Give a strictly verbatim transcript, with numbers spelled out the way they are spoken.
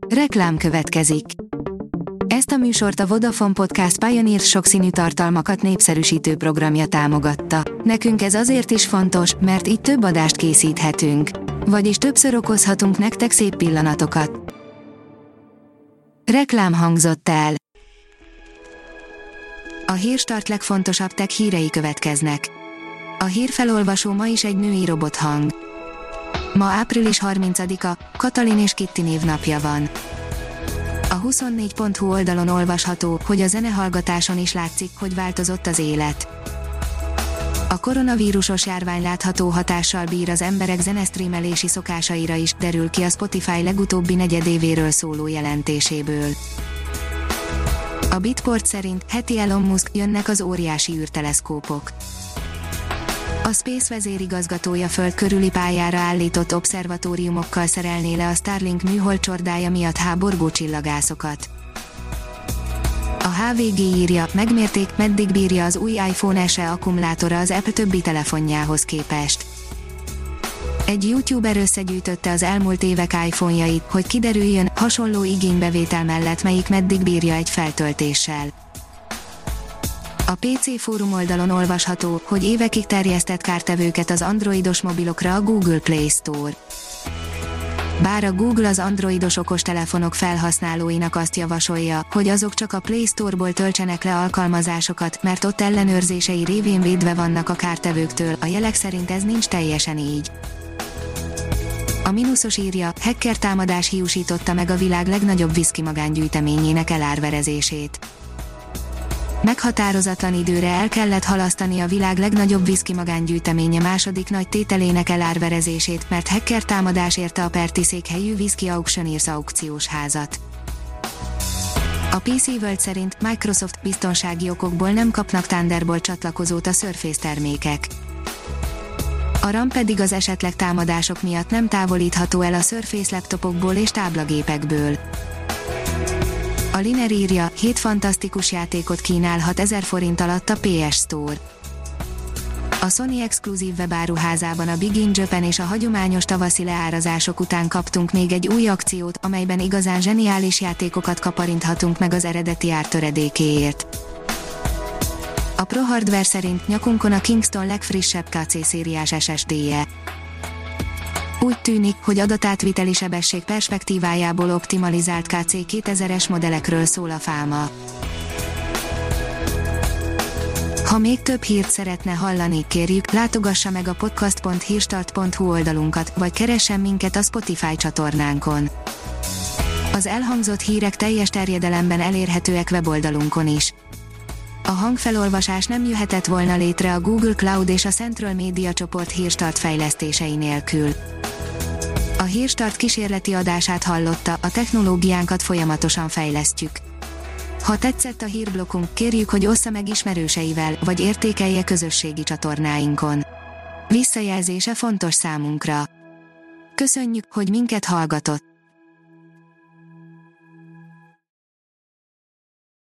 Reklám következik. Ezt a műsort a Vodafone Podcast Pioneer sokszínű tartalmakat népszerűsítő programja támogatta. Nekünk ez azért is fontos, mert így több adást készíthetünk. Vagyis többször okozhatunk nektek szép pillanatokat. Reklám hangzott el. A Hírstart legfontosabb tech hírei következnek. A hírfelolvasó ma is egy női robothang. Ma április harmincadika, Katalin és Kitti névnapja van. A huszonnégy pont hu oldalon olvasható, hogy a zenehallgatáson is látszik, hogy változott az élet. A koronavírusos járvány látható hatással bír az emberek zenesztrímelési szokásaira is, derül ki a Spotify legutóbbi negyedévéről szóló jelentéséből. A Bitport szerint heti Elon Musk, jönnek az óriási űrteleszkópok. A Space vezérigazgatója föld körüli pályára állított obszervatóriumokkal szerelné le a Starlink műhold csordája miatt háborgó csillagászokat. A há vé gé írja, megmérték, meddig bírja az új iPhone es e akkumulátora az Apple többi telefonjához képest. Egy YouTuber összegyűjtötte az elmúlt évek iPhone-jait, hogy kiderüljön, hasonló igénybevétel mellett melyik meddig bírja egy feltöltéssel. A pé cé fórum oldalon olvasható, hogy évekig terjesztett kártevőket az androidos mobilokra a Google Play Store. Bár a Google az androidos okostelefonok felhasználóinak azt javasolja, hogy azok csak a Play Store-ból töltsenek le alkalmazásokat, mert ott ellenőrzései révén védve vannak a kártevőktől, a jelek szerint ez nincs teljesen így. A mínuszos írja, hacker támadás hiúsította meg a világ legnagyobb viszki magángyűjteményének elárverezését. Meghatározatlan időre el kellett halasztani a világ legnagyobb viszki magángyűjteménye második nagy tételének elárverezését, mert hacker támadás érte a perti székhelyű Whisky Auctioneers aukciós házat. A pé cé World szerint Microsoft biztonsági okokból nem kapnak Thunderbolt csatlakozót a Surface termékek. A RAM pedig az esetleg támadások miatt nem távolítható el a Surface laptopokból és táblagépekből. A Liner írja, hét fantasztikus játékot kínálhat ezer forint alatt a pé es Store. A Sony exkluzív webáruházában a Big in Japan és a hagyományos tavaszi leárazások után kaptunk még egy új akciót, amelyben igazán zseniális játékokat kaparinthatunk meg az eredeti ár töredékéért. A Pro Hardware szerint nyakunkon a Kingston legfrissebb ká cé szériás es es dé-je. Úgy tűnik, hogy adatátviteli sebesség perspektívájából optimalizált ká cé kétezres modellekről szól a fáma. Ha még több hírt szeretne hallani, kérjük, látogassa meg a podcast pont hírstart pont hu oldalunkat, vagy keressen minket a Spotify csatornánkon. Az elhangzott hírek teljes terjedelemben elérhetőek weboldalunkon is. A hangfelolvasás nem jöhetett volna létre a Google Cloud és a Central Media csoport Hírstart fejlesztései nélkül. A Hírstart kísérleti adását hallotta, a technológiánkat folyamatosan fejlesztjük. Ha tetszett a hírblokkunk, kérjük, hogy ossza meg ismerőseivel, vagy értékelje közösségi csatornáinkon. Visszajelzése fontos számunkra. Köszönjük, hogy minket hallgatott!